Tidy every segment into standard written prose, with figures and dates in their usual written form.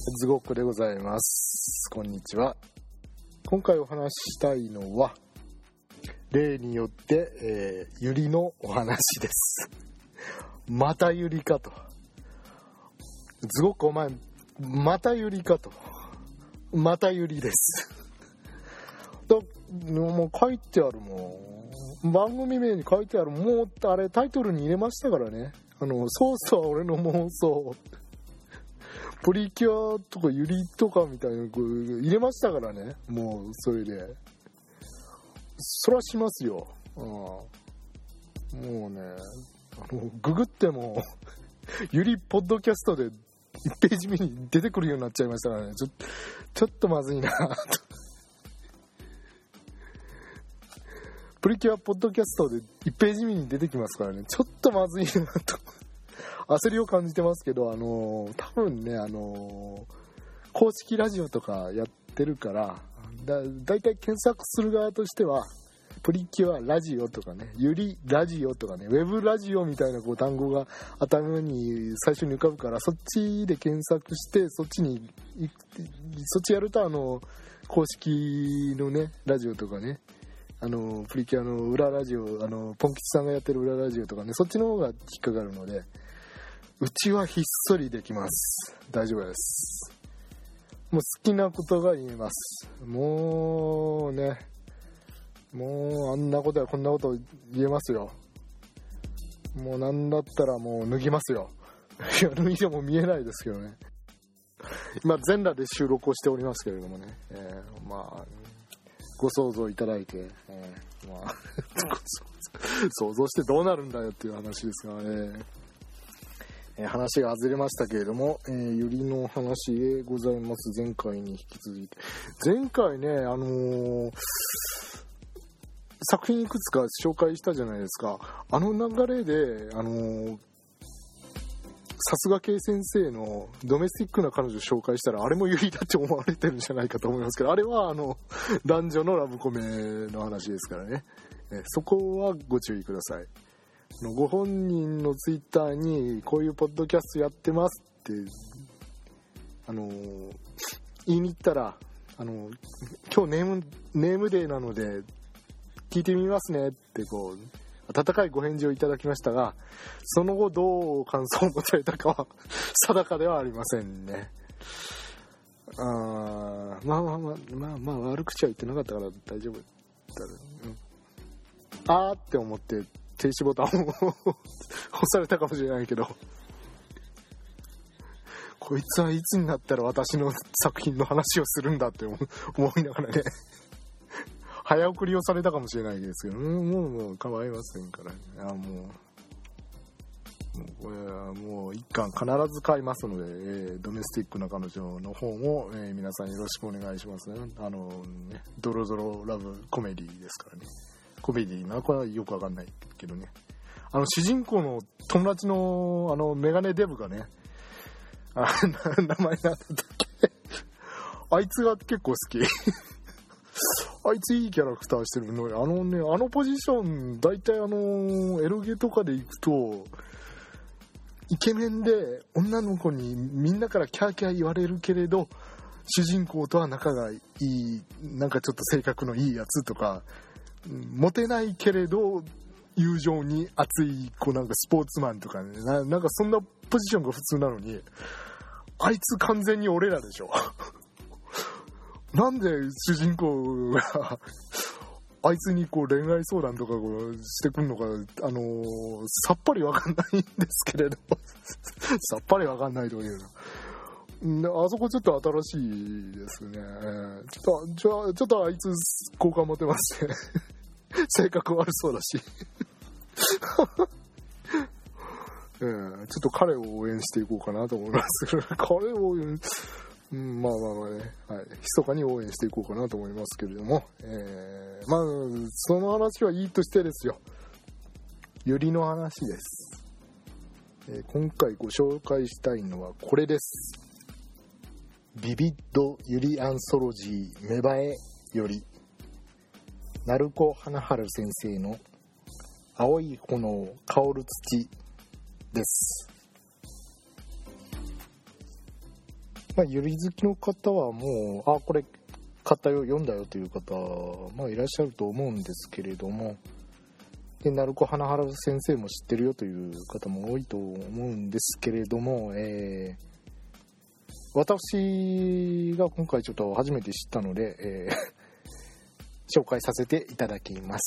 ズゴックでございます。こんにちは。今回お話ししたいのは例によって、ユリのお話です。またユリかと。ズゴックお前またユリかと。またユリですもう書いてあるもん。番組名に書いてある。もうあれタイトルに入れましたからね。ソースは俺の妄想。プリキュアとかユリとかみたいなの入れましたからね。もうそれでそらしますよ。もうね、ググってもユリポッドキャストで1ページ目に出てくるようになっちゃいましたからね。ちょっとまずいなと。プリキュアポッドキャストで1ページ目に出てきますからね。ちょっとまずいなと焦りを感じてますけど、多分ね、公式ラジオとかやってるからだいたい検索する側としてはプリキュアラジオとかね、ユリラジオとかね、ウェブラジオみたいな単語が頭に最初に浮かぶから、そっちで検索してそっちやると公式のねラジオとかね、プリキュアの裏ラジオ、ポン吉さんがやってる裏ラジオとかね、そっちの方が引っかかるので、うちはひっそりできます。大丈夫です。もう好きなことが言えます。もうね、もうあんなことやこんなこと言えますよ。もうなんだったらもう脱ぎますよ。いや、脱いでも見えないですけどね。今全裸で収録をしておりますけれどもね、まあご想像いただいて、まあ想像してどうなるんだよっていう話ですがね。話が外れましたけれども、ユリの話でございます。前回に引き続いて、前回ね、作品いくつか紹介したじゃないですか。流れでさすが系先生のドメスティックな彼女を紹介したら、あれもユリだって思われてるんじゃないかと思いますけど、あれは男女のラブコメの話ですからね。そこはご注意ください。ご本人のツイッターにこういうポッドキャストやってますって言いに行ったら、今日ネームデーなので聞いてみますねって温かいご返事をいただきましたが、その後どう感想を持たれたかは定かではありませんね。まあ悪口は言ってなかったから大丈夫だ、って思って停止ボタンを押されたかもしれないけど、こいつはいつになったら私の作品の話をするんだって思いながらね早送りをされたかもしれないですけど、もう構いませんからね。これはもう一巻必ず買いますので、ドメスティックな彼女の方も、皆さんよろしくお願いしますね。ドロドロラブコメディですからね。コメディな、これはよくわかんないけどね。主人公の友達のメガネデブがね、名前なんだったっけあいつが結構好きあいついいキャラクターしてるのに、ポジション大体エロゲとかで行くとイケメンで女の子にみんなからキャーキャー言われるけれど、主人公とは仲がいい、なんかちょっと性格のいいやつとか、モテないけれど友情に熱いなんかスポーツマンとかね、なんかそんなポジションが普通なのに、あいつ完全に俺らでしょなんで主人公があいつに恋愛相談とかしてくんのか、さっぱりわかんないんですけれどさっぱりわかんないというの、あそこちょっと新しいですね。ちょっとあいつ好感持てますね性格悪そうだしちょっと彼を応援していこうかなと思います彼を応援、まあね、はい、密かに応援していこうかなと思いますけれども、まあその話はいいとしてですよ、ユリの話です。今回ご紹介したいのはこれです。ビビッドユリアンソロジー芽生えより、鳴子花春先生の青い炎香る土です。 ゆり好きの方はもうこれ買ったよ読んだよという方、いらっしゃると思うんですけれども、で鳴子花原先生も知ってるよという方も多いと思うんですけれども、私が今回ちょっと初めて知ったので、紹介させていただきます。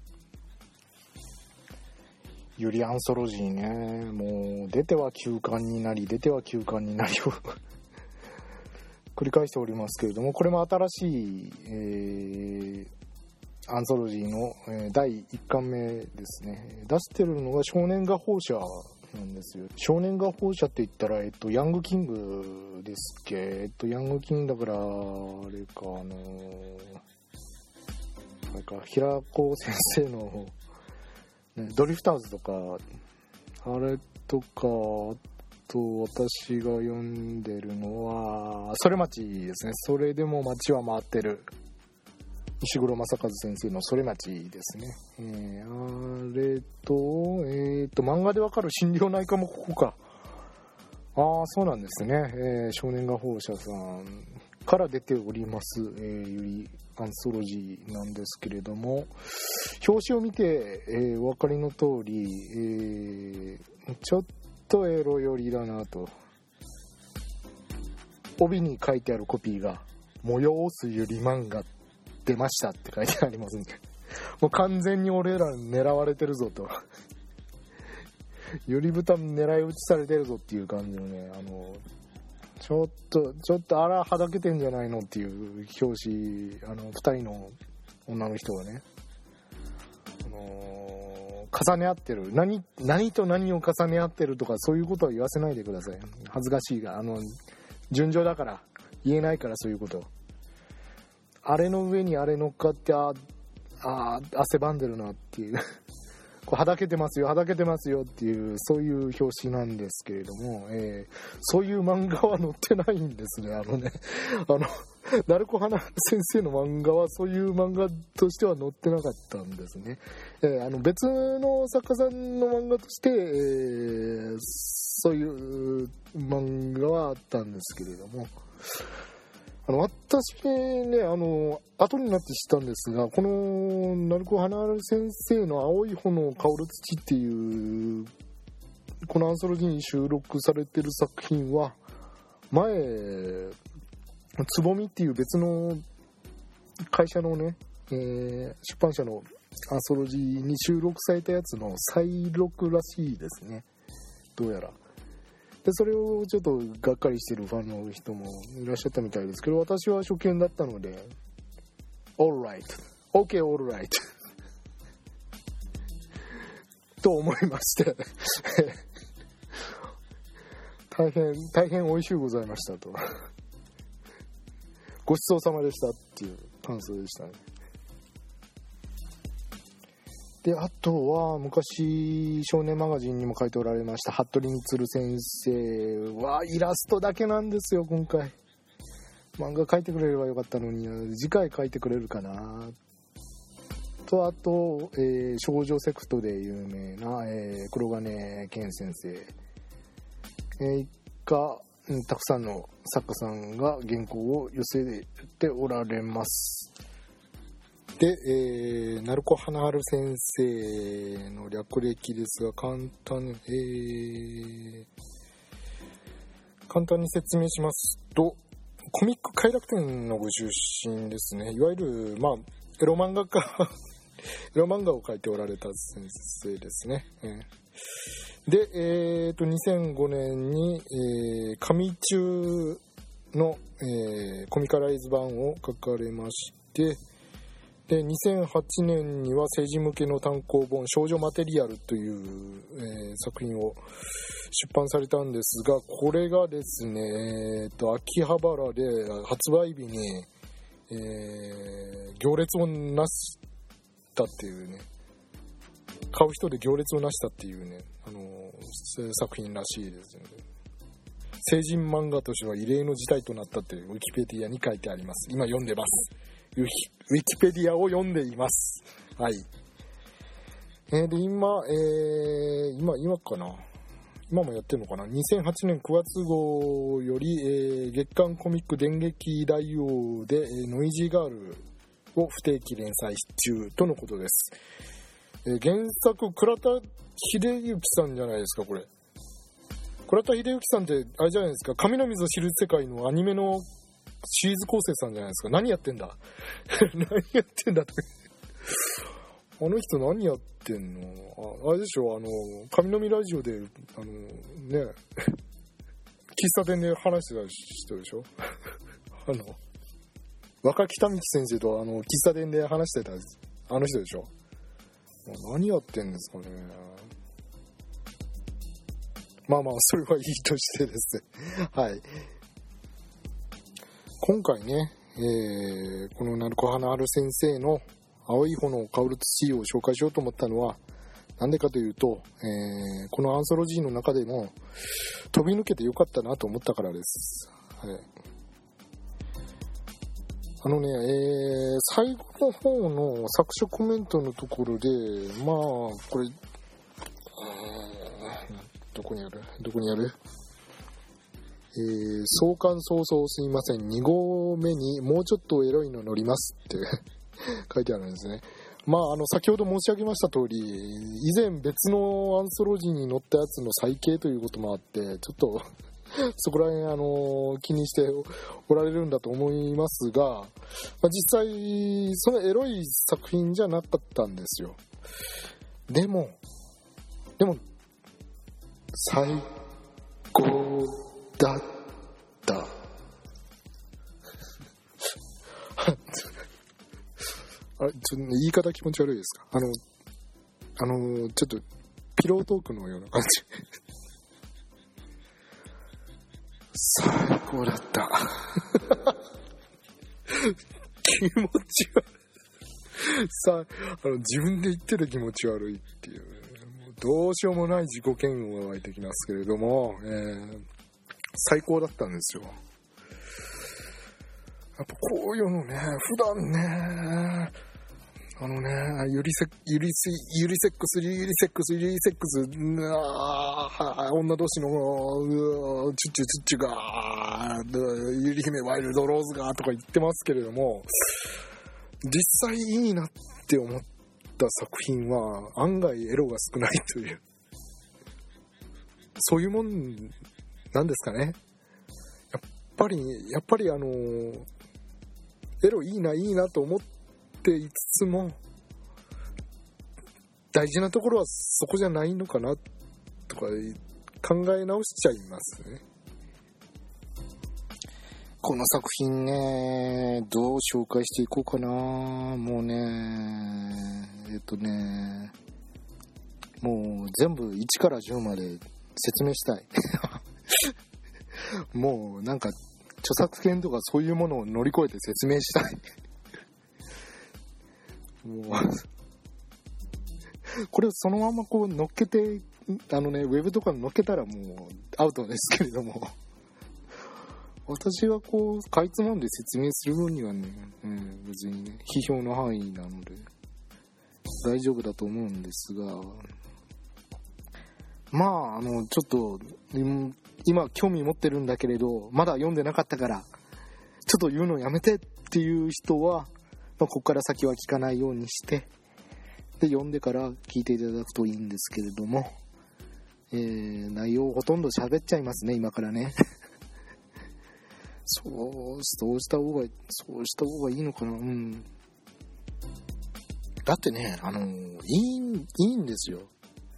ゆりアンソロジーね、もう出ては休刊になり出ては休刊になりを繰り返しておりますけれども、これも新しい、アンソロジーの、第1巻目ですね。出してるのが少年画報社なんですよ。少年画報社って言ったら、ヤングキングですっけ。ヤングキングだから、あれか、平子先生の、ドリフターズとか、あれとか、あと私が読んでるのは、それ町ですね。それでも街は回ってる。石黒正和先生のそれ町ですね。あれと、漫画でわかる心療内科もここか。そうなんですね。少年画報社さんから出ております、ゆりアンソロジーなんですけれども、表紙を見て、お分かりの通り、ちょっとエロ寄りだなと。帯に書いてあるコピーが催すゆり漫画出ましたって書いてありますんで、もう完全に俺ら狙われてるぞとゆり豚狙い撃ちされてるぞっていう感じのね、ちょっとあらはだけてんじゃないのっていう表紙、2人の女の人がね、重ね合ってる、何と何を重ね合ってるとかそういうことは言わせないでください。恥ずかしいが、順序だから言えないから、そういうこと。あれの上にあれ乗っかって汗ばんでるなっていうこうはだけてますよっていう、そういう表紙なんですけれども、そういう漫画は載ってないんですね。鳴子花先生の漫画はそういう漫画としては載ってなかったんですね。別の作家さんの漫画として、そういう漫画はあったんですけれども、私ね、後になって知ったんですが、この鳴子花原先生の青い炎香る土っていうこのアンソロジーに収録されてる作品は、前つぼみっていう別の会社のね、出版社のアンソロジーに収録されたやつの再録らしいですね、どうやら。でそれをちょっとがっかりしてるファンの人もいらっしゃったみたいですけど、私は初見だったので Alright OK Alright と思いまして大変美味しゅうございましたとごちそうさまでしたっていう感想でしたね。であとは昔少年マガジンにも書いておられました服部充先生はイラストだけなんですよ。今回漫画描いてくれればよかったのに、次回描いてくれるかなと、あと、少女セクトで有名な、黒金健先生、が、たくさんの作家さんが原稿を寄せておられます。で、鳴子花春先生の略歴ですが、簡単に説明しますと、コミック快楽天のご出身ですね。いわゆる、エロ漫画を描いておられた先生ですね。で、2005年に、神中の、コミカライズ版を書かれまして、で2008年には成人向けの単行本少女マテリアルという、作品を出版されたんですが、これがですね、秋葉原で発売日に、行列をなしたっていうね、買う人で行列をなしたっていうね、作品らしいですよね。成人漫画としては異例の事態となったというウィキペディアに書いてあります。今読んでます。ウィキペディアを読んでいます。はい。で今かな。今もやってるのかな。2008年9月号より、 月刊コミック電撃大王でノイジーガールを不定期連載中とのことです。原作倉田秀之さんじゃないですか。これ倉田秀之さんってあれじゃないですか、神の水を知る世界のアニメのシリーズ構成さんじゃないですか。何やってんだ何やってんだってあの人何やってんの。あれでしょ、神の実ラジオでね喫茶店で話してた人でしょ若北道先生と喫茶店で話してたあの人でしょ。何やってんですかね。まあまあそれはいいとしてですねはい今回ね、この鳴子花春先生の青い炎香る土を紹介しようと思ったのはなんでかというと、このアンソロジーの中でも飛び抜けてよかったなと思ったからです。はい、最後の方の作者コメントのところで、まあこれ、どこにある創刊早々すいません、2号目にもうちょっとエロいの乗りますって書いてあるんですね。まあ先ほど申し上げました通り、以前別のアンソロジーに載ったやつの再掲ということもあって、ちょっとそこら辺気にしておられるんだと思いますが、実際そのエロい作品じゃなかったんですよ。でも最高だったあれ、ちょっと言い方気持ち悪いですか。ちょっとピロートークのような感じ最高だった気持ち悪いさ自分で言ってる気持ち悪いっていう、もうどうしようもない自己嫌悪が湧いてきますけれども、最高だったんですよ。やっぱこういうのね、普段ね、ユリセックス、女同士のチュッチュが、ユリ姫ワイルドローズがとか言ってますけれども、実際いいなって思った作品は案外エロが少ないという、そういうもんなんですかね。やっぱりエロいいなと思っていつつも大事なところはそこじゃないのかなとか考え直しちゃいますね。この作品ね、どう紹介していこうかな。もうね、もう全部1から10まで説明したいもうなんか著作権とかそういうものを乗り越えて説明したいもうこれをそのままこう乗っけてウェブとかに乗っけたらもうアウトですけれども、私がこうかいつまんで説明する分にはね、別にね批評の範囲なので大丈夫だと思うんですが、まあちょっと今興味持ってるんだけれどまだ読んでなかったからちょっと言うのやめてっていう人は、ここから先は聞かないようにしてで読んでから聞いていただくといいんですけれども、内容をほとんど喋っちゃいますね今からねそうした方がいいのかな。だってねいいんですよ。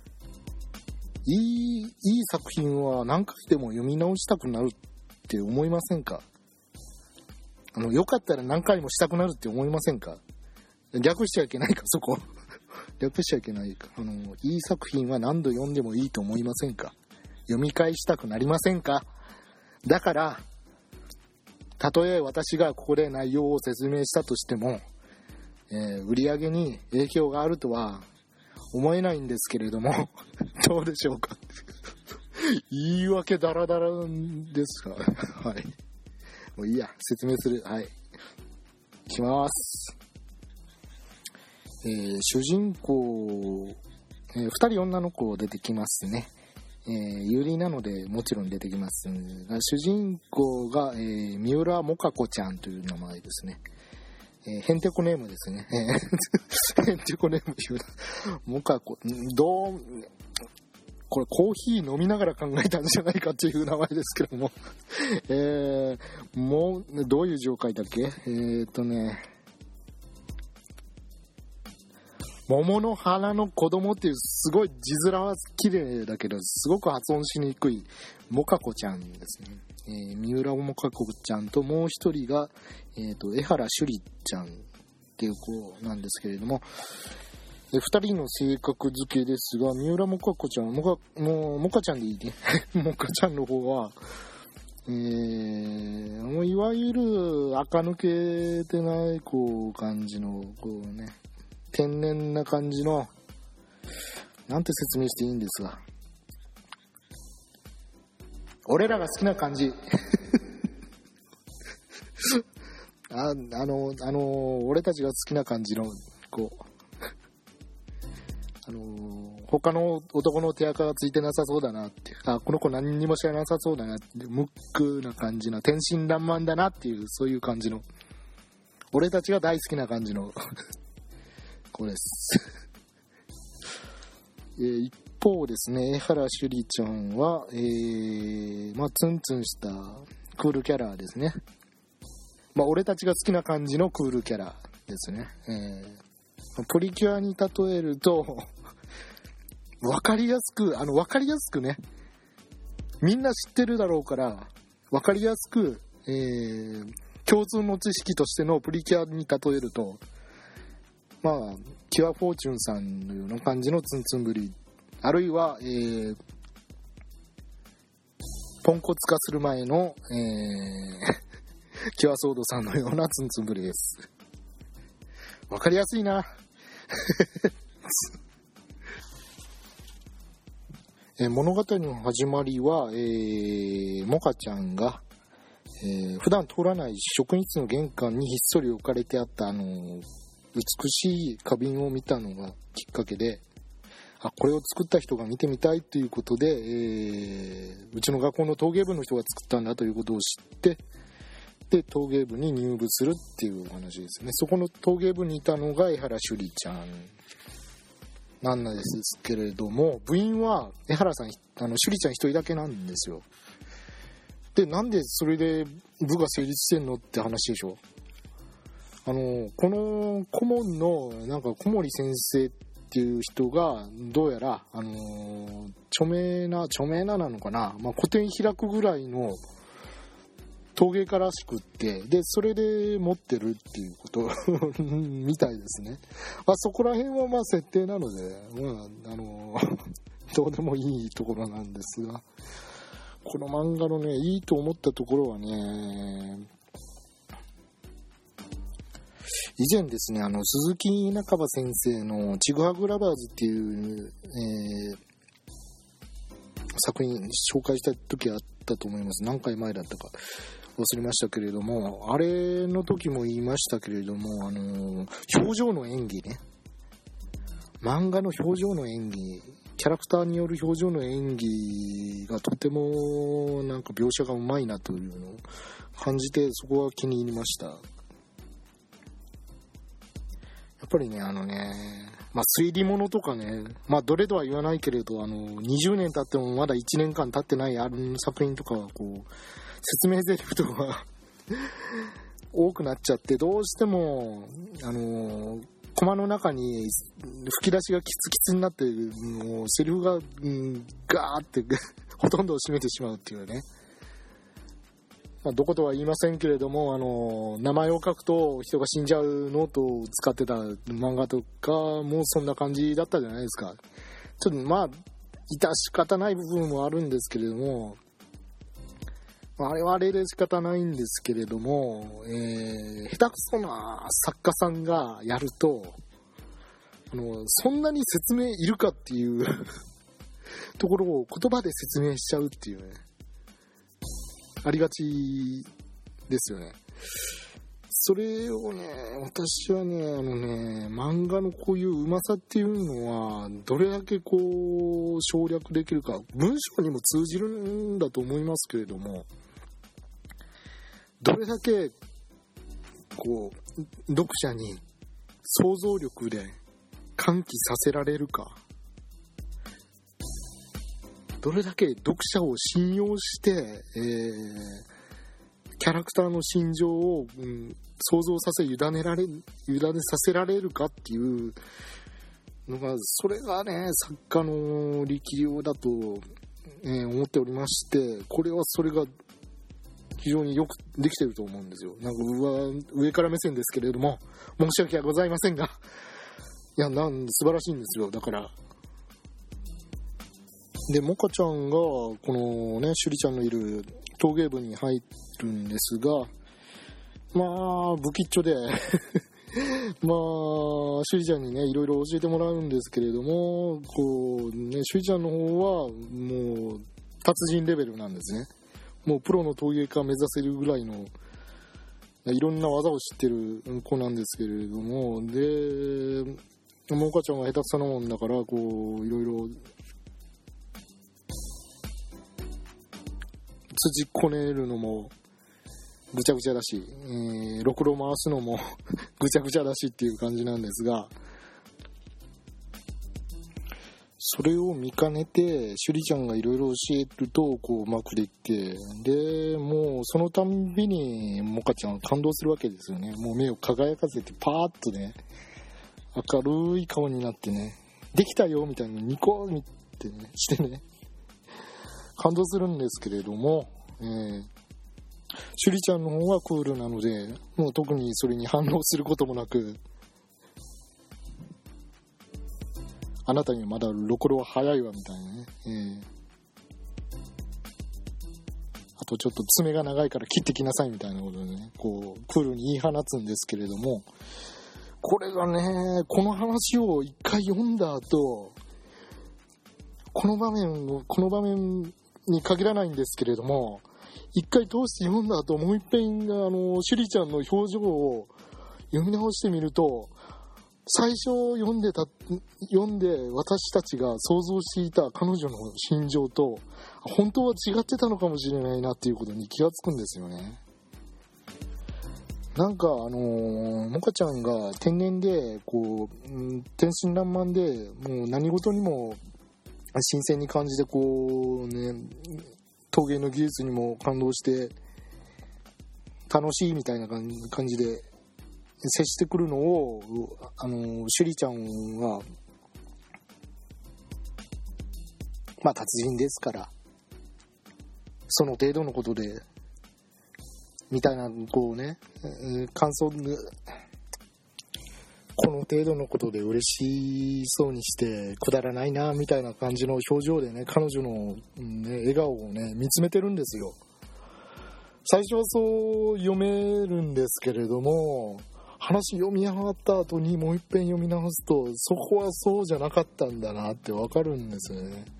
いい作品は何回でも読み直したくなるって思いませんか。よかったら何回もしたくなるって思いませんか。略しちゃいけないかそこ略しちゃいけないか。いい作品は何度読んでもいいと思いませんか。読み返したくなりませんか。だからたとえ私がここで内容を説明したとしても、売り上げに影響があるとは思えないんですけれどもどうでしょうか言い訳ダラダラですかはい、もういいや説明する。はい、いきます。主人公、2人女の子出てきますね。 ユリなのでもちろん出てきますが、主人公が、三浦もかこちゃんという名前ですね。へんてこネームですね。へんてこネーム言うな。もかこ、これコーヒー飲みながら考えたんじゃないかっていう名前ですけども。もう、どういう字を書いたっけ？桃の花の子供っていうすごい字面は綺麗だけどすごく発音しにくいもかこちゃんですね。三浦もかこちゃんともう一人が、江原朱里ちゃんっていう子なんですけれども、2人の性格付けですが、三浦もかこちゃんもかちゃんでいいね。もかちゃんの方は、もういわゆる垢抜けてない感じのね、天然な感じの、なんて説明していいんですが、俺らが好きな感じ。俺たちが好きな感じの他の男の手垢がついてなさそうだなって、この子何にも知らなさそうだなって、ムックな感じな、天真爛漫だなっていう、そういう感じの、俺たちが大好きな感じの子です。一方ですね、江原朱里ちゃんは、ツンツンしたクールキャラですね。俺たちが好きな感じのクールキャラですね。プリキュアに例えると分かりやすくね、みんな知ってるだろうから分かりやすく、共通の知識としてのプリキュアに例えると、キュアフォーチュンさんのような感じのツンツンぶり、あるいは、ポンコツ化する前の、キュアソードさんのようなツンツンぶりです。わかりやすいな。物語の始まりは、モカちゃんが、普段通らない職員室の玄関にひっそり置かれてあった美しい花瓶を見たのがきっかけで、これを作った人が見てみたいということで、うちの学校の陶芸部の人が作ったんだということを知って、で陶芸部に入部するっていうお話ですね。そこの陶芸部にいたのが江原朱里ちゃんなんですけれども、部員は江原さん、朱里ちゃん一人だけなんですよ。で、なんでそれで部が成立してんのって話でしょ。この顧問の小森先生っていう人がどうやら著名なのかな、個展開くぐらいの陶芸家らしくって、でそれで持ってるっていうことみたいですね。そこら辺は設定なので、どうでもいいところなんですが、この漫画のね、いいと思ったところはね、以前ですね、鈴木中葉先生のちぐはぐラバーズっていう、作品紹介した時あったと思います。何回前だったか忘れましたけれども、あれの時も言いましたけれども、表情の演技ね、漫画の表情の演技、キャラクターによる表情の演技がとても描写がうまいなというのを感じて、そこは気に入りました。やっぱりね、推理物とかね、どれとは言わないけれど、20年経ってもまだ1年間経ってない作品とかは説明台詞とか多くなっちゃって、どうしてもコマの中に吹き出しがキツキツになって、もうセリフがガーってほとんどを占めてしまうっていうね。どことは言いませんけれども、名前を書くと人が死んじゃうノートを使ってた漫画とかもそんな感じだったじゃないですか。ちょっと致し方ない部分もあるんですけれども、あれはあれで仕方ないんですけれども、下手くそな作家さんがやると、そんなに説明いるかっていうところを言葉で説明しちゃうっていうね、ありがちですよね。 それをね、私はね、漫画のこういううまさっていうのは、どれだけこう、省略できるか、文章にも通じるんだと思いますけれども、どれだけ、こう、読者に想像力で喚起させられるか、どれだけ読者を信用して、キャラクターの心情を、想像させ委ねさせられるかっていうのが、それがね、作家の力量だと、思っておりまして、これはそれが非常によくできてると思うんですよ。なんか上から目線ですけれども、申し訳ございませんが、いや、素晴らしいんですよ。だからで、モカちゃんがこのね、シュリちゃんのいる陶芸部に入るんですが、まあ不吉祥でまあシュリちゃんにね、いろいろ教えてもらうんですけれども、こうね、シュリちゃんの方はもう達人レベルなんですね。もうプロの陶芸家目指せるぐらいのいろんな技を知ってる子なんですけれども、で、モカちゃんが下手くそなもんだから、こういろいろ土こねるのもぐちゃぐちゃだし、ろくろ回すのもぐちゃぐちゃだしっていう感じなんですが、それを見かねてシュリちゃんがいろいろ教えるとこううまくできて、でもうそのたんびにモカちゃんは感動するわけですよね。もう目を輝かせてパーッとね、明るい顔になってね、できたよみたいなニコーってねしてね、感動するんですけれども、シュリちゃんの方はクールなので、もう特にそれに反応することもなく、あなたにはまだろくろは早いわみたいなね、あとちょっと爪が長いから切ってきなさいみたいなことでね、こうクールに言い放つんですけれども、これがね、この話を一回読んだ後、この場面に限らないんですけれども、一回通して読んだ後、もう一遍シュリちゃんの表情を読み直してみると、最初読んで私たちが想像していた彼女の心情と本当は違ってたのかもしれないなっていうことに気がつくんですよね。なんかモカちゃんが天然でこう天真爛漫で、もう何事にも新鮮に感じて、こうね、陶芸の技術にも感動して楽しいみたいな感じで接してくるのをシュリちゃんはまあ達人ですから、その程度のことでみたいな、こうね、感想でこの程度のことで嬉しそうにしてくだらないなみたいな感じの表情でね、彼女の、ね、笑顔をね見つめてるんですよ。最初はそう読めるんですけれども、話読み上がった後にもう一遍読み直すと、そこはそうじゃなかったんだなってわかるんですよね。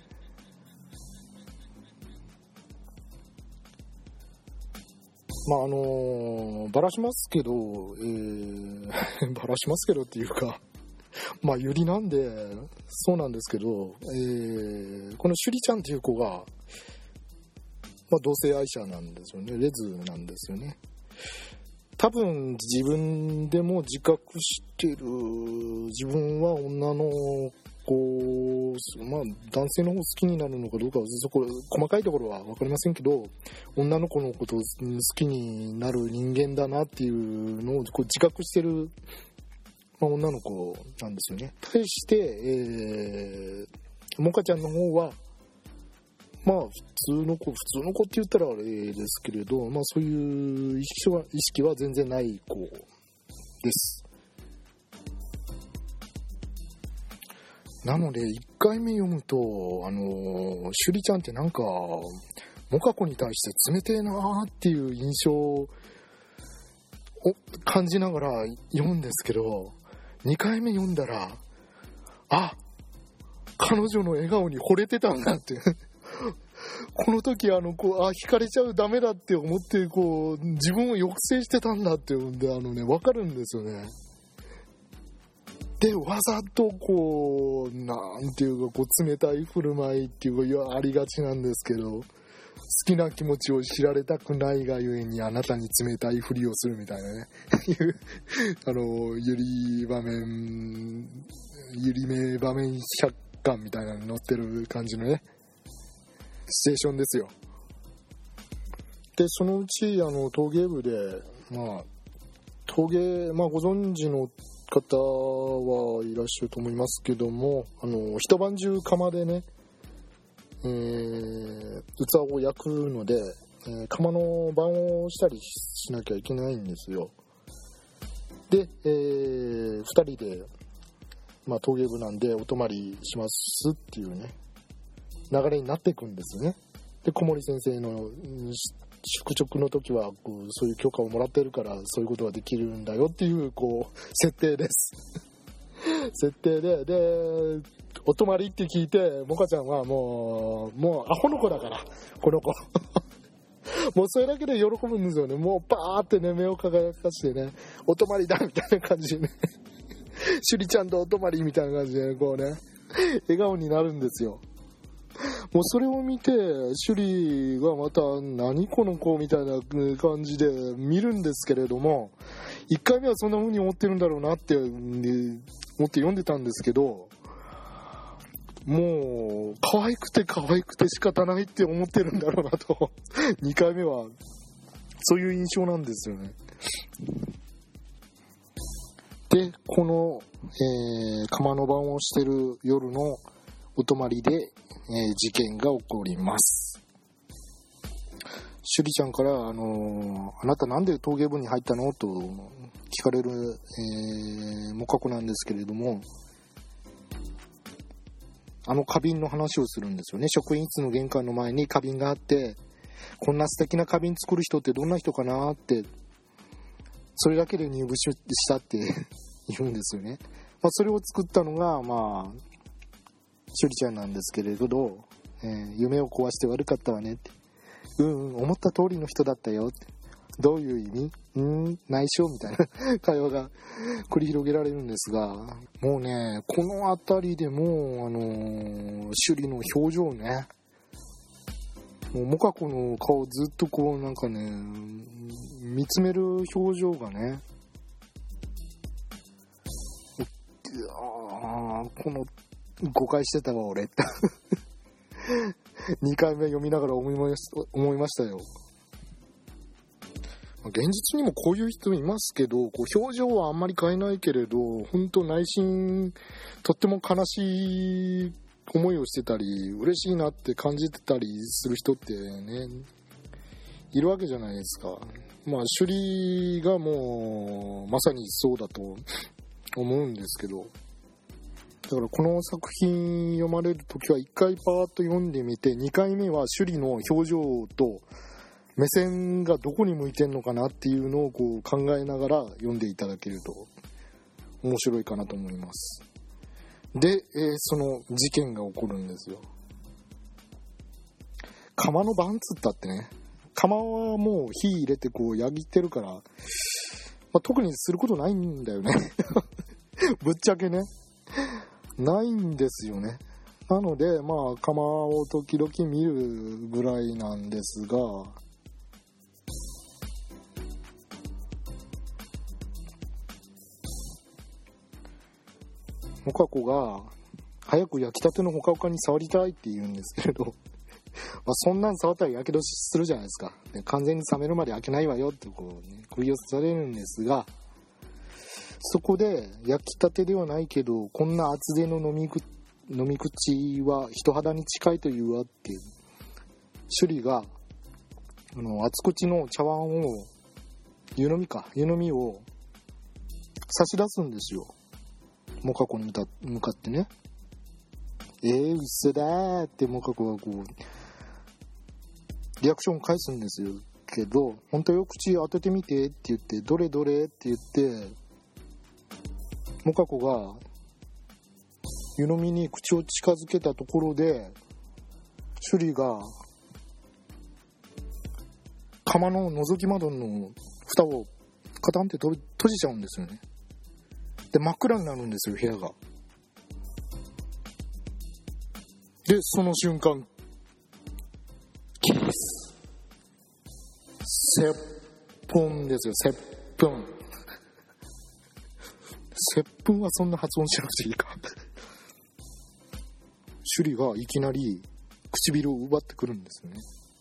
まあばらしますけど、ばらしますけどっていうかまあユリなんでそうなんですけど、このシュリちゃんっていう子が、まあ、同性愛者なんですよね。レズなんですよね。多分自分でも自覚してる、自分は女の子、まあ男性の方好きになるのかどうかはそこ細かいところは分かりませんけど、女の子のことを好きになる人間だなっていうのをこう自覚してる、まあ、女の子なんですよね。対して、モカちゃんの方はまあ普通の子って言ったらあれですけれど、まあそういう意識は全然ない子です。なので1回目読むとシュリちゃんってなんかモカ子に対して冷てえなーっていう印象を感じながら読むんですけど、2回目読んだら、あ、彼女の笑顔に惚れてたんだってこの時惹かれちゃうダメだって思って自分を抑制してたんだって分かるんですよね。でわざとなんていうか冷たい振る舞いっていうかありがちなんですけど、好きな気持ちを知られたくないがゆえにあなたに冷たいふりをするみたいなねゆりめ場面100巻みたいなのに載ってる感じのねシチュエーションですよ。でそのうち陶芸部で陶芸ご存知の方はいらっしゃると思いますけども、一晩中窯でね、器を焼くので、窯の番をしたりしなきゃいけないんですよ。で、2人で、陶芸部なんでお泊まりしますっていうね流れになっていくんですよね。で小森先生の宿直の時はそういう許可をもらってるからそういうことができるんだよっていう設定です設定でお泊まりって聞いてモカちゃんはもうアホの子だからこの子もうそれだけで喜ぶんですよね。もうバーってね目を輝かしてねお泊まりだみたいな感じでねシュリちゃんとお泊まりみたいな感じで笑顔になるんですよ。もうそれを見てシュリがまた何この子みたいな感じで見るんですけれども、1回目はそんな風に思ってるんだろうなって思って読んでたんですけど、もう可愛くて仕方ないって思ってるんだろうなと2回目はそういう印象なんですよね。でこの、窯の番をしてる夜のお泊まりで事件が起こります。シュリちゃんからあなたなんで陶芸部に入ったのと聞かれる、モカ子なんですけれども、花瓶の話をするんですよね。職員室の玄関の前に花瓶があって、こんな素敵な花瓶作る人ってどんな人かなってそれだけで入部したって言うんですよね。それを作ったのがシュリちゃんなんですけれど、夢を壊して悪かったわねって、思った通りの人だったよって、どういう意味？内緒みたいな会話が繰り広げられるんですが、もうねこの辺りでもシュリの表情ね、もうモカ子の顔ずっと見つめる表情がね、この誤解してたわ俺って2回目読みながら思いましたよ。現実にもこういう人いますけど、表情はあんまり変えないけれど本当内心とっても悲しい思いをしてたり嬉しいなって感じてたりする人ってねいるわけじゃないですか。シュリがもうまさにそうだと思うんですけど、だからこの作品読まれるときは1回パーッと読んでみて、2回目はシュリの表情と目線がどこに向いてんのかなっていうのを考えながら読んでいただけると面白いかなと思います。で、その事件が起こるんですよ。窯の番つったってね、窯はもう火入れて焼いてるから、特にすることないんだよねぶっちゃけねないんですよね。なので窯を時々見るぐらいなんですが、モカ子が早く焼きたてのほかほかに触りたいって言うんですけれどそんなん触ったらやけどするじゃないですか。完全に冷めるまで開けないわよって釘を刺されるんですが、そこで焼きたてではないけどこんな厚手の飲み口は人肌に近いというわってシュリが厚口の茶碗を湯飲みを差し出すんですよ。モカ子に向かってね、嘘だーってモカ子がリアクションを返すんですよけど、本当よ口当ててみてって言って、どれどれって言ってモカ子が湯飲みに口を近づけたところでシュリが釜の覗き窓の蓋をカタンって閉じちゃうんですよね。で真っ暗になるんですよ、部屋が。でその瞬間、キス、接吻ですよ、接吻。接吻はそんな発音しなくていいか。シュリがいきなり唇を奪ってくるんですよね。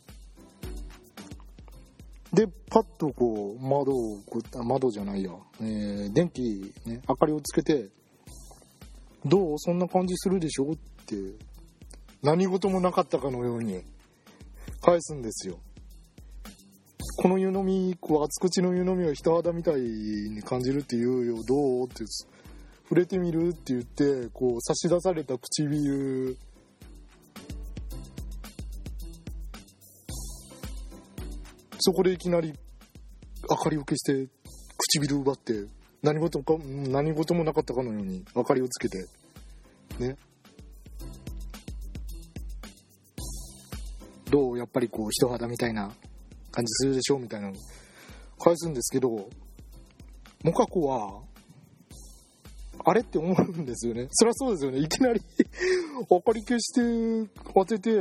でパッとこう窓じゃないや、電気ね、明かりをつけて、どう、そんな感じするでしょって何事もなかったかのように返すんですよ。この湯飲み、こう厚口の湯飲みは人肌みたいに感じるって言うよ、どうって触れてみるって言って、こう差し出された唇、そこでいきなり明かりを消して唇を奪って、何事もなかったかのように明かりをつけてね、どう、やっぱりこう人肌みたいな感じするでしょみたいなの返すんですけど、モカ子はあれって思うんですよね。そりゃそうですよね。いきなり明かり消して当てて、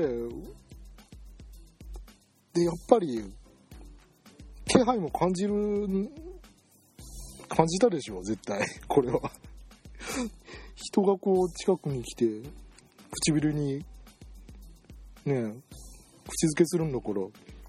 でやっぱり気配も感じたでしょ絶対。これは人がこう近くに来て唇にね口づけするんだから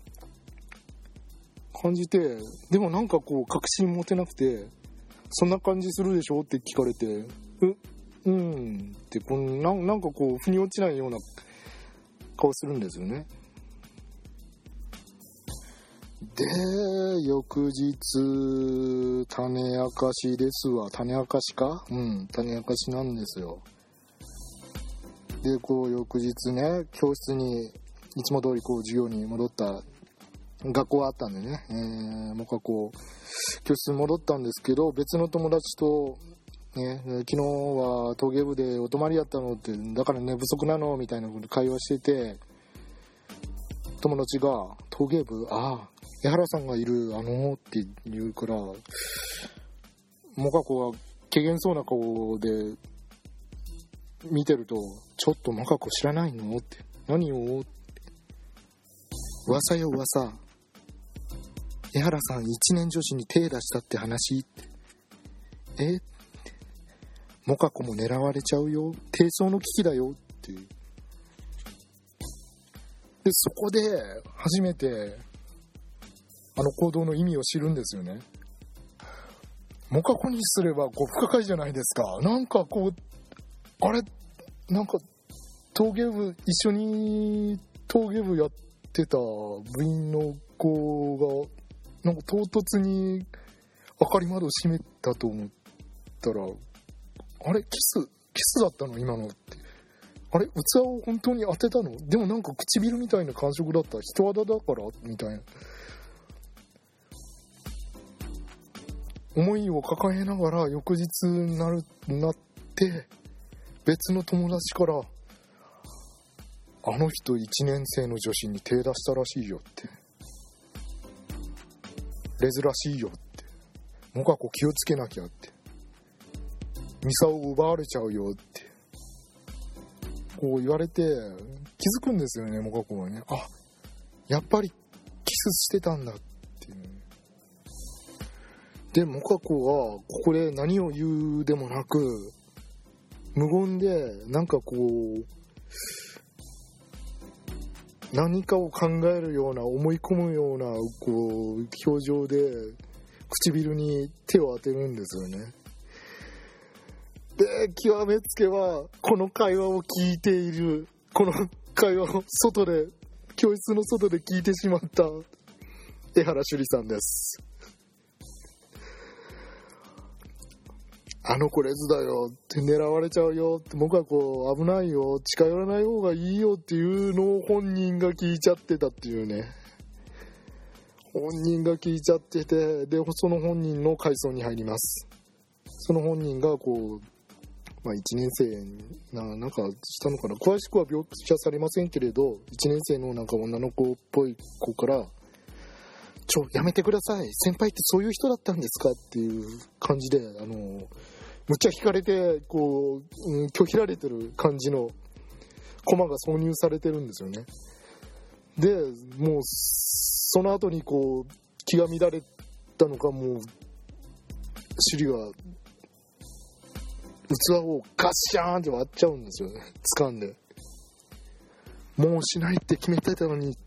感じて、でもなんかこう確信持てなくて、そんな感じするでしょって聞かれて、ってこうなんかこう腑に落ちないような顔するんですよね。で翌日、種明かしですわ。種明かしか、種明かしなんですよ。でこう翌日ね、教室にいつも通りこう授業に戻った、学校はあったんでね、もう一回こう教室に戻ったんですけど、別の友達とね、昨日は陶芸部でお泊まりやったのって、だから寝不足なのみたいなことで会話してて、友達が陶芸部、江原さんがいるって言うから、モカ子が怪げそうな顔で見てると、ちょっとモカ子知らないのって、何をって、噂よ噂、江原さん一年女子に手出したって話って、モカ子も狙われちゃうよ、低層の危機だよっていう。でそこで初めてあの行動の意味を知るんですよね。モカ子にすれば不可解じゃないですか。なんかこう、あれ、なんか陶芸部、一緒に陶芸部やってた部員の子がなんか唐突に明かり窓を閉めたと思ったら、あれ、キスだったの今のって、あれ、器を本当に当てたの、でもなんか唇みたいな感触だった、人肌だからみたいな思いを抱えながら、翌日になって別の友達から、あの人1年生の女子に手出したらしいよって、珍しいよって、モカ子気をつけなきゃって、ミサを奪われちゃうよってこう言われて気づくんですよね、モカ子はね。やっぱりキスしてたんだっていう。でモカ子はここで何を言うでもなく、無言でなんかこう何かを考えるような、思い込むようなこう表情で唇に手を当てるんですよね。で極めつけは、この会話を聞いている、この会話を教室の外で聞いてしまった江原朱里さんです。あの子レズだよって、狙われちゃうよって、僕はこう危ないよ、近寄らない方がいいよっていうのを本人が聞いちゃってたっていうね。本人が聞いちゃってて、でその本人の階層に入ります。その本人がこう、1年生なんかしたのかな、詳しくは描写されませんけれど、1年生のなんか女の子っぽい子から、 やめてください、先輩ってそういう人だったんですかっていう感じでむっちゃ引かれてこう、拒否られてる感じのコマが挿入されてるんですよね。でもうその後にこう気が乱れたのか、もうシュリが器をガッシャーンって割っちゃうんですよね、掴んで。もうしないって決めてたのにって、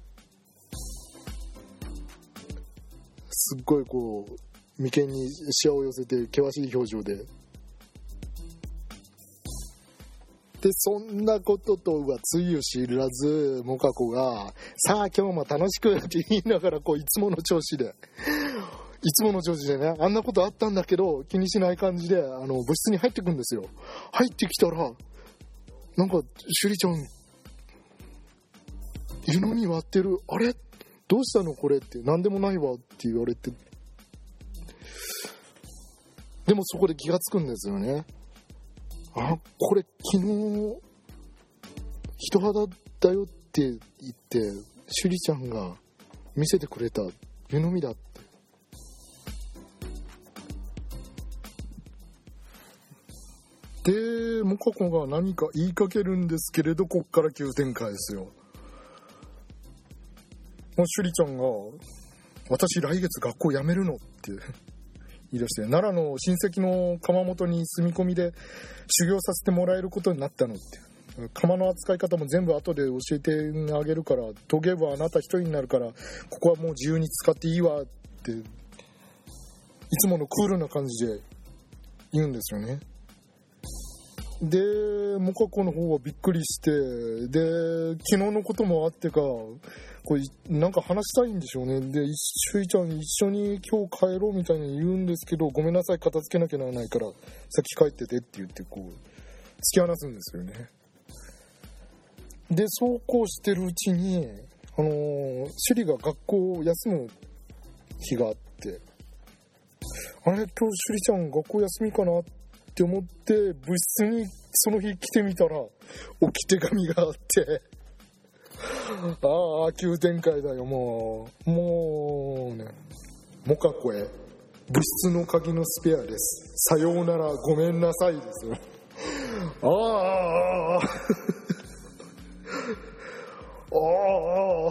すっごいこう眉間にシワを寄せて険しい表情で、そんなこととはつゆ知らずモカ子がさあ今日も楽しくって言いながらこういつもの調子でね、あんなことあったんだけど気にしない感じで部室に入ってくんですよ。入ってきたらなんかシュリちゃん湯飲み割ってる、あれどうしたのこれって、なんでもないわって言われて、でもそこで気がつくんですよね。あ、これ昨日人肌だよって言ってシュリちゃんが見せてくれた湯飲みだって。でモカ子が何か言いかけるんですけれど、こっから急展開ですよ。シュリちゃんが私来月学校辞めるのって言い出して、奈良の親戚の窯元に住み込みで修行させてもらえることになったのって、窯の扱い方も全部後で教えてあげるから、陶芸部はあなた一人になるからここはもう自由に使っていいわっていつものクールな感じで言うんですよね。でモカ子の方はびっくりして、で昨日のこともあってかこれなんか話したいんでしょうね。でシュリちゃん一緒に今日帰ろうみたいに言うんですけど、ごめんなさい片付けなきゃならないから先帰っててって言ってこう突き放すんですよね。でそうこうしてるうちにシュリが学校を休む日があって、あれ今日シュリちゃん学校休みかなって思って部室にその日来てみたら置き手紙があってああ急展開だよ。もうね、モカ子へ部室の鍵のスペアです、さようならごめんなさいですよああも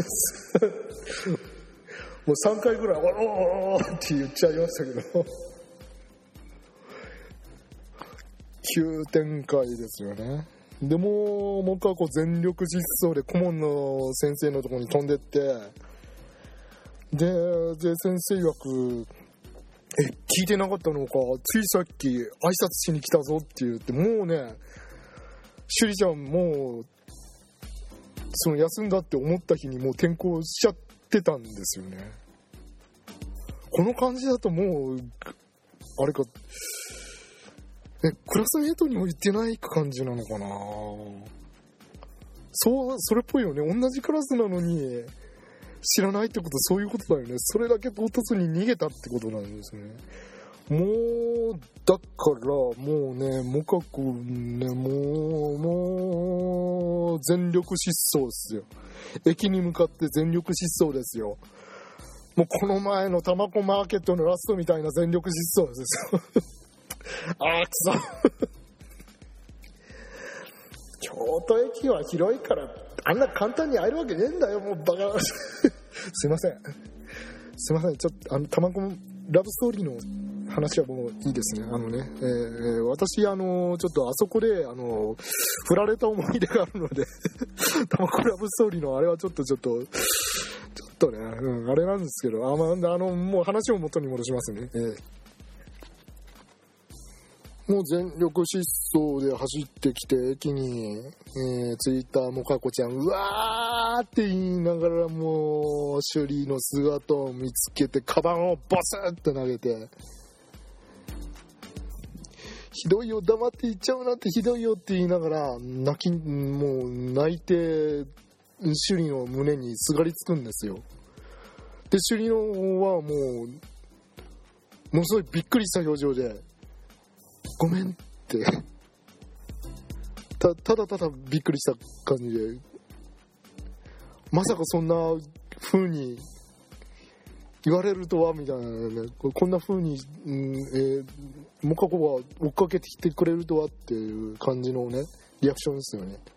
う3回ぐらいおーって言っちゃいましたけど急展開ですよね。でもモカ子全力疾走で顧問の先生のところに飛んでって、で先生曰く聞いてなかったのか、ついさっき挨拶しに来たぞって言って、もうねシュリちゃんもうその休んだって思った日にもう転校しちゃってたんですよね。この感じだともうあれかクラスメートにも言ってない感じなのかな。それっぽいよね。同じクラスなのに知らないってこと、そういうことだよね。それだけ唐突に逃げたってことなんですね。もうだからもうねモカ子ねもう全力疾走ですよ。駅に向かって全力疾走ですよ。もうこの前のタマコマーケットのラストみたいな全力疾走ですよあーくそ京都駅は広いからあんな簡単に会えるわけねえんだよ、もうバカすいませんちょっとタマコラブストーリーの話はもういいですね。私ちょっとあそこで振られた思い出があるのでタマコラブストーリーのあれはちょっとね、あれなんですけど、もう話を元に戻しますね。もう全力疾走で走ってきて駅に、着いたモカ子ちゃんうわーって言いながらもうシュリの姿を見つけてカバンをボスって投げて、ひどいよ黙って行っちゃうなんてひどいよって言いながらもう泣いてシュリの胸にすがりつくんですよ。でシュリのはものすごいびっくりした表情でごめんってただびっくりした感じで、まさかそんな風に言われるとはみたいなね、こんな風に、モカ子が追っかけてきてくれるとはっていう感じのねリアクションですよね。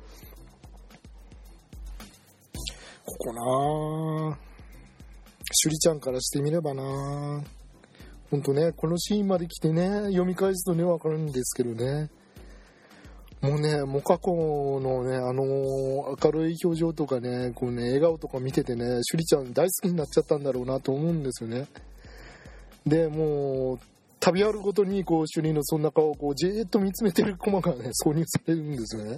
ここなぁ、シュリちゃんからしてみればなぁ、ほんとね、このシーンまで来てね読み返すとねわかるんですけどね、もうね、モカ子のね、明るい表情とかね、こうね、笑顔とか見ててね、シュリちゃん大好きになっちゃったんだろうなと思うんですよね。で、もう、旅あるごとに、こう、シュリのそんな顔をこう、じーっと見つめてるコマがね、挿入されるんですよね。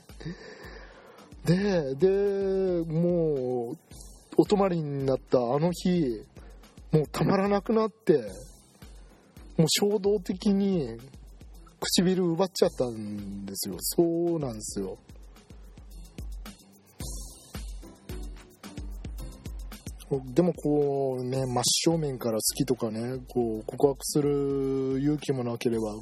で、もう、お泊まりになったあの日、もうたまらなくなって、もう衝動的に、唇奪っちゃったんですよ。そうなんですよ。でもこうね、真正面から好きとかね、こう告白する勇気もなければ、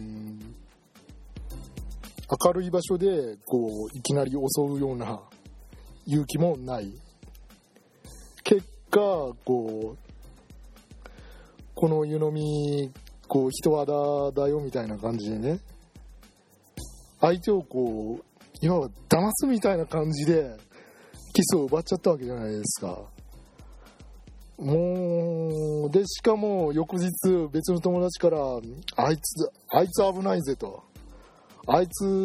明るい場所でこういきなり襲うような勇気もない。結果この湯飲みこう人肌だよみたいな感じでね、相手をこういわば騙すみたいな感じでキスを奪っちゃったわけじゃないですか。もうでしかも翌日別の友達からあいつ危ないぜと、あいつ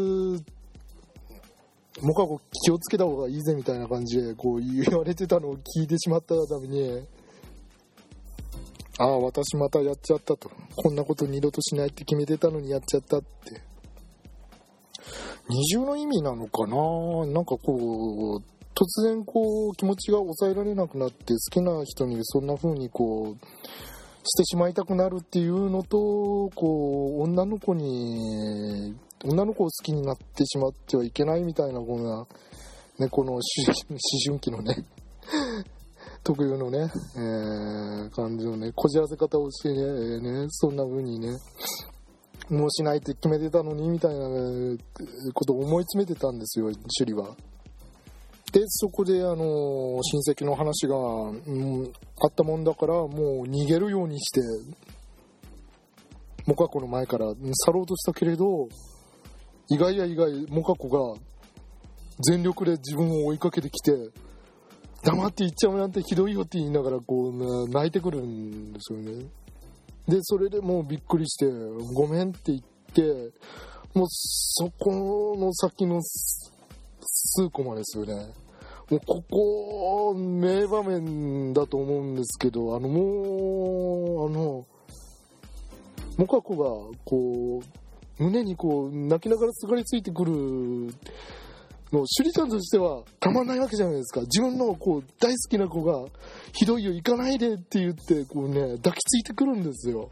モカ子気をつけた方がいいぜみたいな感じでこう言われてたのを聞いてしまったために、ああ私またやっちゃったと、こんなこと二度としないって決めてたのにやっちゃったって、二重の意味なのかな。なんかこう突然こう気持ちが抑えられなくなって好きな人にそんな風にこうしてしまいたくなるっていうのと、こう女の子を好きになってしまってはいけないみたいなこんな、ね、この思春期のね特有のね、感じのねこじらせ方をしてね、そんな風にねもうしないって決めてたのにみたいなことを思い詰めてたんですよ、シュリは。でそこで親戚の話が、あったもんだからもう逃げるようにしてモカ子の前から去ろうとしたけれど、意外や意外モカ子が全力で自分を追いかけてきて、黙って行っちゃうなんてひどいよって言いながらこう泣いてくるんですよね。でそれでもうびっくりしてごめんって言って、もうそこの先の数コマですよね。もうここ名場面だと思うんですけど、モカ子がこう胸にこう泣きながらすがりついてくるの、シュリちゃんとしてはたまんないわけじゃないですか。自分のこう大好きな子がひどいよ行かないでって言ってこうね抱きついてくるんですよ。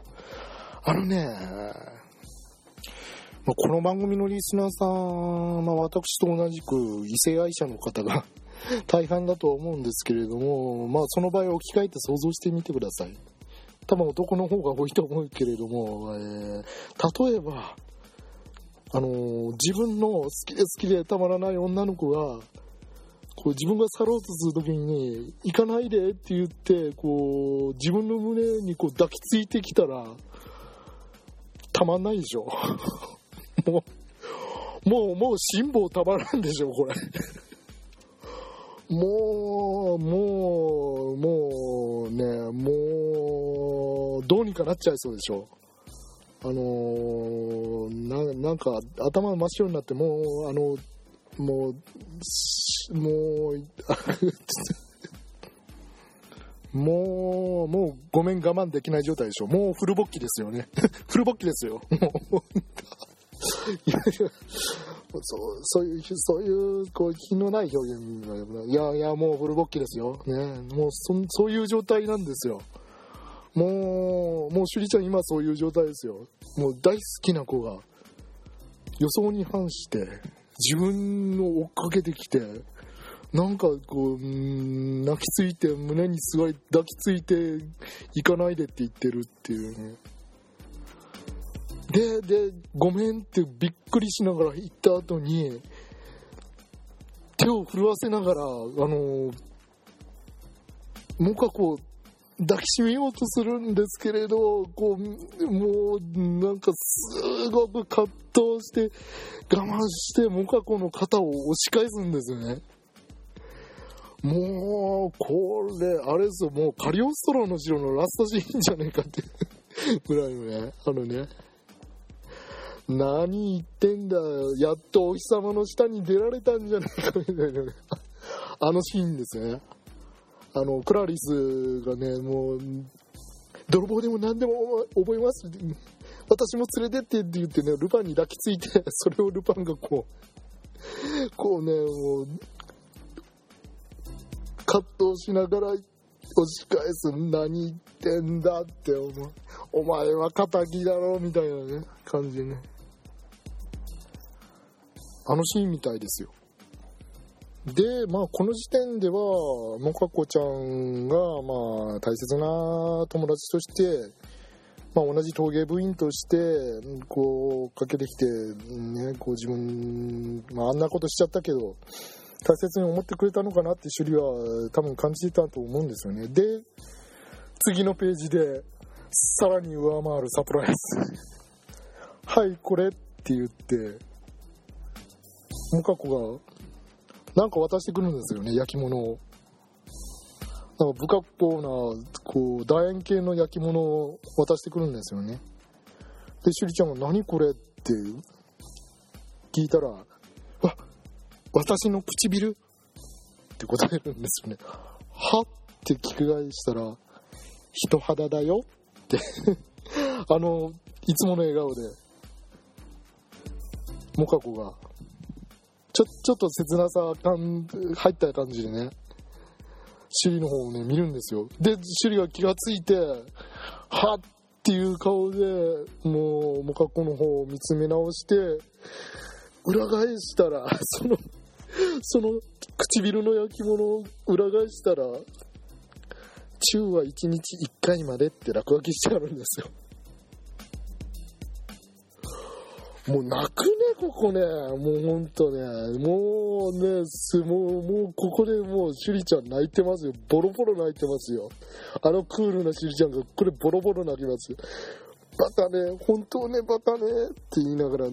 この番組のリスナーさん、私と同じく異性愛者の方が大半だとは思うんですけれども、その場合置き換えて想像してみてください。多分男の方が多いと思うけれども、例えば自分の好きでたまらない女の子がこう自分が去ろうとするときに行かないでって言ってこう自分の胸にこう抱きついてきたらたまんないでしょもう辛抱たまらんでしょこれもうどうにかなっちゃいそうでしょ。なんか頭真っ白になってもうごめん我慢できない状態でしょ。もうフル勃起ですよねフル勃起ですよもうそういうこう気のない表現、いやもうフル勃起ですよね。もうそういう状態なんですよ。もうシュリちゃん今そういう状態ですよ。もう大好きな子が予想に反して自分を追っかけてきて、なんかこう泣きついて胸にすごい抱きついて行かないでって言ってるっていうね。でごめんってびっくりしながら言った後に手を震わせながらモカ子抱きしめようとするんですけれど、こうもうなんかすごく葛藤して我慢してモカコの肩を押し返すんですよね。もうこれあれですよ、もうカリオストロの城のラストシーンじゃねえかってぐらいのね、何言ってんだよ、やっとお日様の下に出られたんじゃないかみたいなねシーンですね。クラリスがね、もう泥棒でも何でも覚えます、私も連れてってって言ってね、ルパンに抱きついて、それをルパンがこうね、もう葛藤しながら押し返す。何言ってんだってお前は仇だろみたいなね感じでね、シーンみたいですよ。で、この時点ではモカコちゃんが大切な友達として、同じ陶芸部員としてこうかけてきてね、こう自分、あんなことしちゃったけど大切に思ってくれたのかなって趣里は多分感じてたと思うんですよね。で、次のページでさらに上回るサプライズはいこれって言ってモカコがなんか渡してくるんですよね、焼き物を。なんか不格好なこう楕円形の焼き物を渡してくるんですよね。で、趣里ちゃんが何これって聞いたら、私の唇って答えるんですよね。はって聞き返したら、人肌だよっていつもの笑顔でモカコがちょっと切なさ入った感じでね、趣里の方をね見るんですよ。で、趣里が気がついて、はっていう顔でもうモカコの方を見つめ直して、裏返したらその唇の焼き物を裏返したら、チューは1日1回までって落書きしてあるんですよ。もう泣くね、ここね。もうほんとね。もうね、もうここでもう趣里ちゃん泣いてますよ。ボロボロ泣いてますよ。クールな趣里ちゃんがこれボロボロ泣きますよ。バカね、本当ね、バカねって言いながら、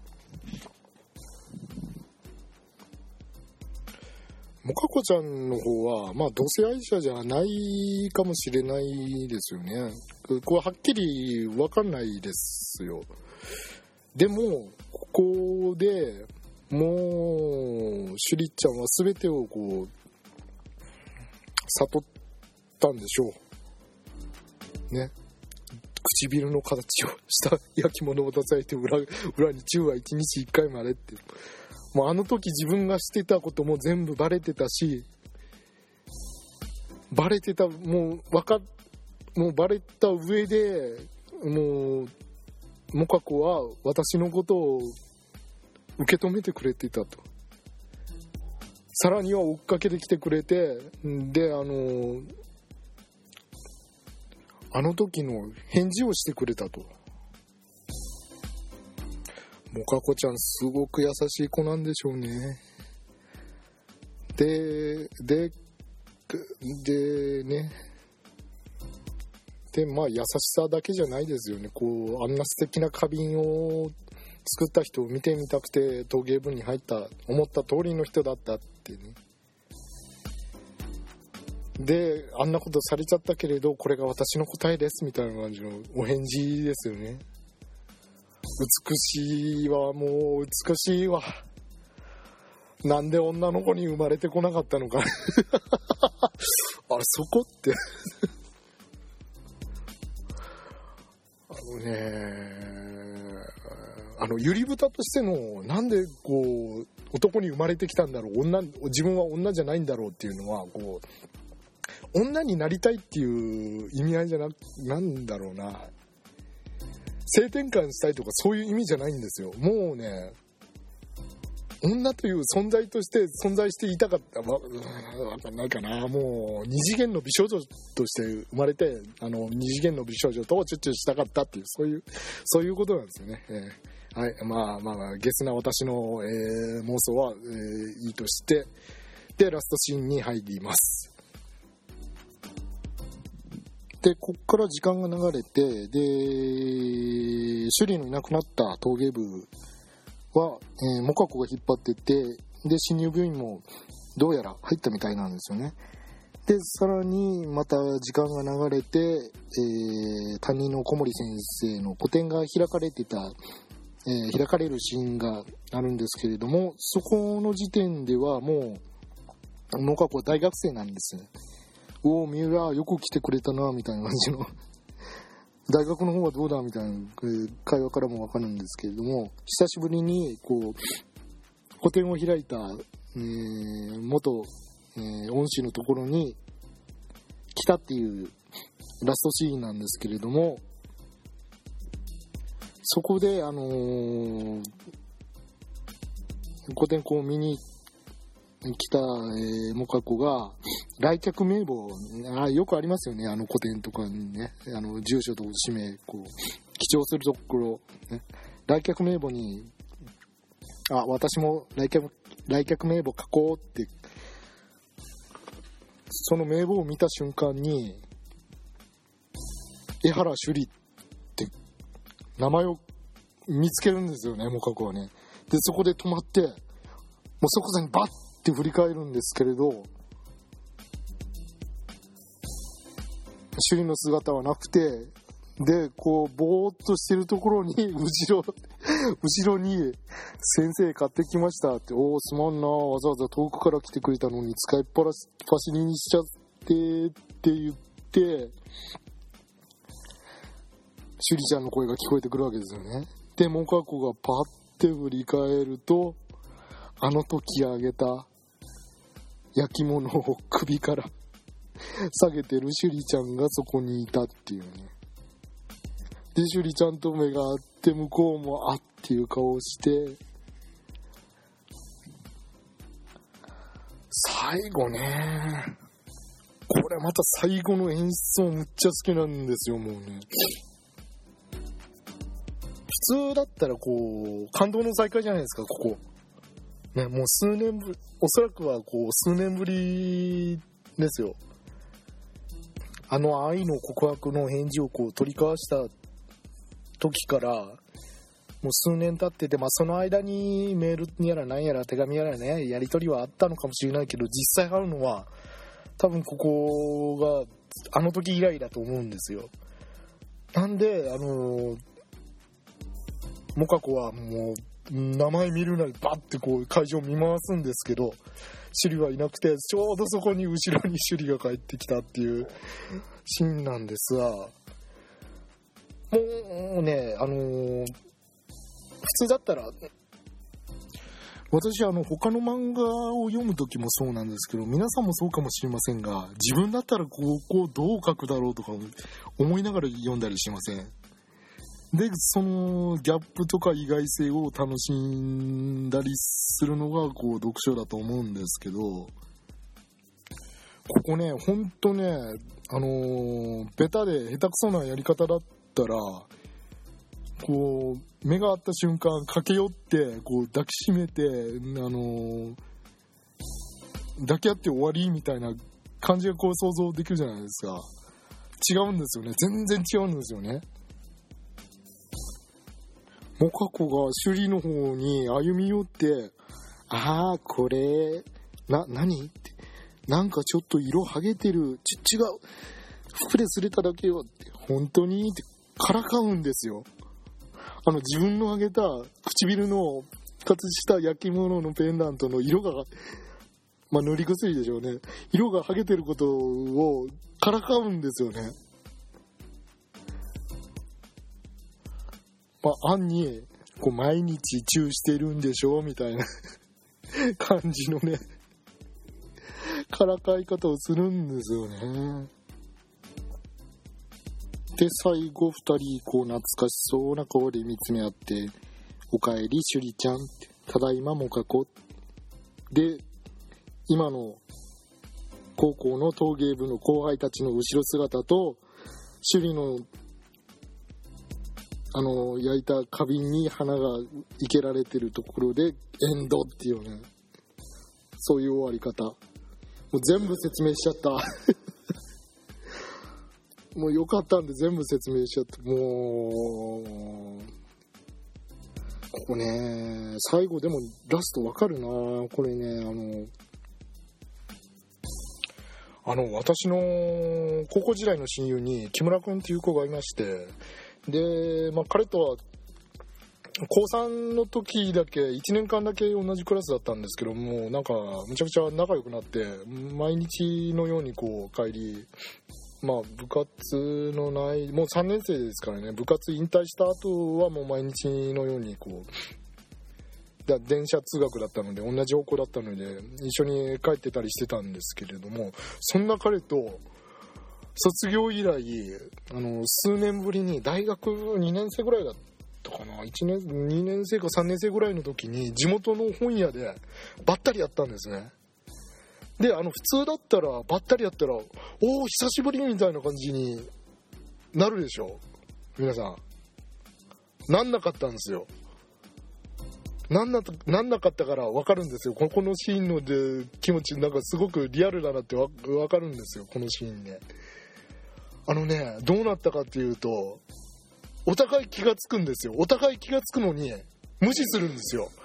モカコちゃんの方は同性愛者じゃないかもしれないですよね。これはっきり分かんないですよ。でもここでもう趣里ちゃんは全てをこう悟ったんでしょうね。唇の形をした焼き物を出されて、裏にチューは1日1回までって、もうあの時自分がしてたことも全部バレてたし、バレてた、もうバレた上で、もうモカコは私のことを受け止めてくれていたと。さらには追っかけてきてくれて、であの時の返事をしてくれたと。モカコちゃんすごく優しい子なんでしょうね。でね。で、優しさだけじゃないですよね。こうあんな素敵な花瓶を作った人を見てみたくて陶芸部に入った、思った通りの人だったってね。で、あんなことされちゃったけれど、これが私の答えですみたいな感じのお返事ですよね。美しいわ、もう美しいわ。なんで女の子に生まれてこなかったのかあれ、そこってゆり豚としての、なんでこう男に生まれてきたんだろう、自分は女じゃないんだろうっていうのは、こう女になりたいっていう意味合いじゃなんだろうな、性転換したいとかそういう意味じゃないんですよ。もうね、女という存在として存在していたかった、わかんないかな、もう二次元の美少女として生まれて、二次元の美少女とチュッチュしたかったっていう、そういうことなんですよね。はい、ゲスな私の、妄想は、いいとして、でラストシーンに入ります。 でこっから時間が流れて、でシュリのいなくなった陶芸部は、モカコが引っ張ってって、で新入部員もどうやら入ったみたいなんですよね。でさらにまた時間が流れて、担任の小森先生の個展が開かれるシーンがあるんですけれども、そこの時点ではもうモカコは大学生なんですね。おお、三浦よく来てくれたなみたいな感じの大学の方はどうだみたいな会話からもわかるんですけれども、久しぶりにこう個展を開いた、元、恩師のところに来たっていうラストシーンなんですけれども、そこで個展こう見に来た、モカコが来客名簿、よくありますよね、個展とかにね、住所と氏名こう記帳するところ、ね、来客名簿に私も来客名簿書こうって、その名簿を見た瞬間に江原朱里って名前を見つけるんですよね、モカコはね。でそこで止まって、もう即座にバッって振り返るんですけれど、朱里の姿はなくて、でこうぼーっとしてるところに後ろに先生買ってきましたって、おーすまんな、わざわざ遠くから来てくれたのに使いっぱなしにしちゃってって言って、朱里ちゃんの声が聞こえてくるわけですよね。でモカコがパッて振り返ると、あの時あげた焼き物を首から下げてる朱里ちゃんがそこにいたっていうね。で朱里ちゃんと目が合って、向こうもあっていう顔をして、最後ね、これまた最後の演出もむっちゃ好きなんですよ。もうね、普通だったらこう感動の再会じゃないですか、ここね。もうおそらくはこう数年ぶりですよ。愛の告白の返事をこう取り交わした時からもう数年経ってて、その間にメールやら何やら手紙やらね、やり取りはあったのかもしれないけど、実際会うのは多分ここがあの時以来だと思うんですよ。なんでモカコはもう名前見るなりバッてこう会場見回すんですけど、シュリはいなくて、ちょうどそこに後ろにシュリが帰ってきたっていうシーンなんですが、もうね普通だったら、私他の漫画を読む時もそうなんですけど、皆さんもそうかもしれませんが、自分だったらここをどう書くだろうとか思いながら読んだりしません？でそのギャップとか意外性を楽しんだりするのがこう読書だと思うんですけど、ここねほんとねベタで下手くそなやり方だったら、こう目が合った瞬間駆け寄ってこう抱きしめて抱き合って終わりみたいな感じがこう想像できるじゃないですか。違うんですよね、全然違うんですよね。モカコがシュリの方に歩み寄って、これ何ってなんかちょっと色剥げてる、違う服で擦れただけよって、本当にってからかうんですよ。自分のあげた唇の2つした焼き物のペンダントの色が、塗り薬でしょうね、色が剥げてることをからかうんですよね。暗にこう毎日チューしてるんでしょみたいな感じのねからかい方をするんですよね。で最後2人こう懐かしそうな顔で見つめ合って、おかえりシュリちゃんって、ただいまモカコで、今の高校の陶芸部の後輩たちの後ろ姿とシュリの焼いた花瓶に花が生けられてるところでエンドっていうね、そういう終わり方、もう全部説明しちゃったもうよかったんで全部説明しちゃって、もうここね、最後でもラストわかるな。これね、私の高校時代の親友に木村君っていう子がいまして、で、彼とは高3の時だけ1年間だけ同じクラスだったんですけども、なんかむちゃくちゃ仲良くなって、毎日のようにこう帰り、部活のないもう3年生ですからね、部活引退した後はもう毎日のようにこう電車通学だったので、同じ方向だったので一緒に帰ってたりしてたんですけれども、そんな彼と卒業以来数年ぶりに大学2年生ぐらいだったかな、2年生か3年生ぐらいの時に地元の本屋でばったりやったんですね。で普通だったらばったりやったら、おー久しぶりみたいな感じになるでしょ。皆さんなんなかったんですよ。なんなかったから分かるんですよ。このシーンので気持ちなんかすごくリアルだなって分かるんですよ、このシーンね。どうなったかっていうと、お互い気がつくんですよ。お互い気がつくのに無視するんですよ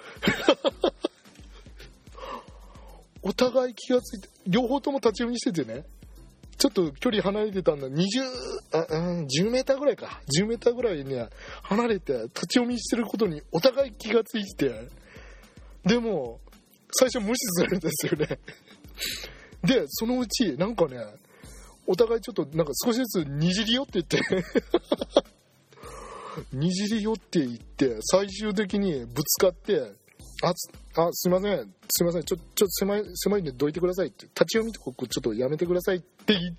お互い気がついて、両方とも立ち読みしててね、ちょっと距離離れてたんだ。10メーターぐらいか、10メーターぐらいね離れて立ち読みしてることにお互い気がついて、でも最初無視するんですよねでそのうちなんかね、お互いちょっとなんか少しずつにじり寄っていってにじり寄っていって、最終的にぶつかって、すいませんちょっと狭いんでどいてくださいって、立ち読みとかちょっとやめてくださいって言って、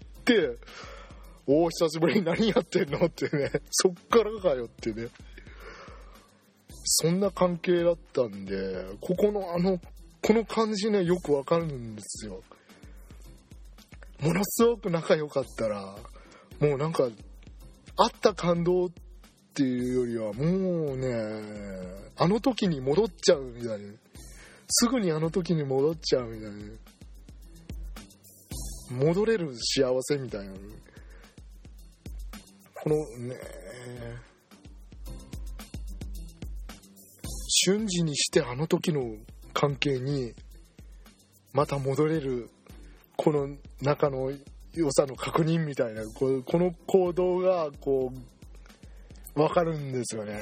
おー久しぶりに何やってんのってね、そっからかよってね、そんな関係だったんで、この感じねよくわかるんですよ。ものすごく仲良かったらもうなんか会った感動っていうよりはもうね、あの時に戻っちゃうみたいな、すぐにあの時に戻っちゃうみたいな、戻れる幸せみたいな、このね瞬時にしてあの時の関係にまた戻れる、この仲の良さの確認みたいな、この行動がこう分かるんですよね。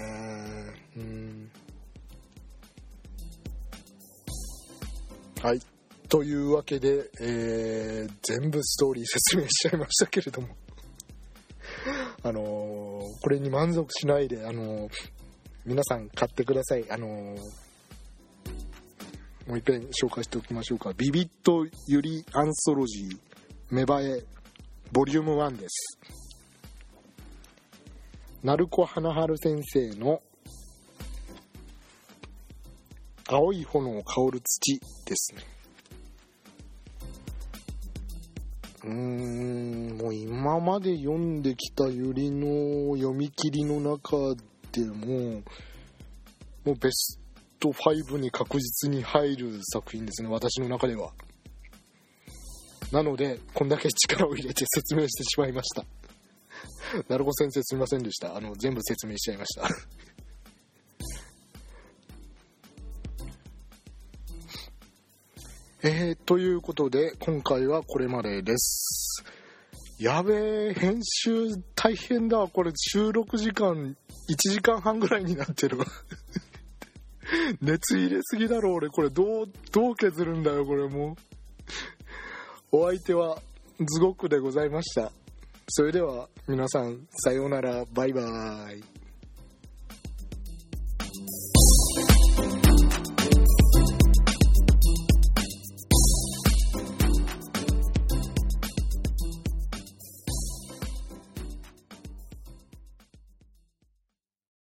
はい、というわけで、全部ストーリー説明しちゃいましたけれどもこれに満足しないで皆さん買ってください。もう一回紹介しておきましょうか。ビビットユリアンソロジー芽生えボリューム1です。鳴子花春先生の青い炎香る土ですね。もう今まで読んできたユリの読み切りの中でもうベスト5に確実に入る作品ですね、私の中では。なのでこんだけ力を入れて説明してしまいました。鳴子先生すみませんでした。全部説明しちゃいましたということで今回はこれまでです。やべえ、編集大変だ。これ収録時間1時間半ぐらいになってる熱入れすぎだろ俺。これどう削るんだよこれ。もうお相手はズゴックでございました。それでは皆さんさようなら、バイバーイ。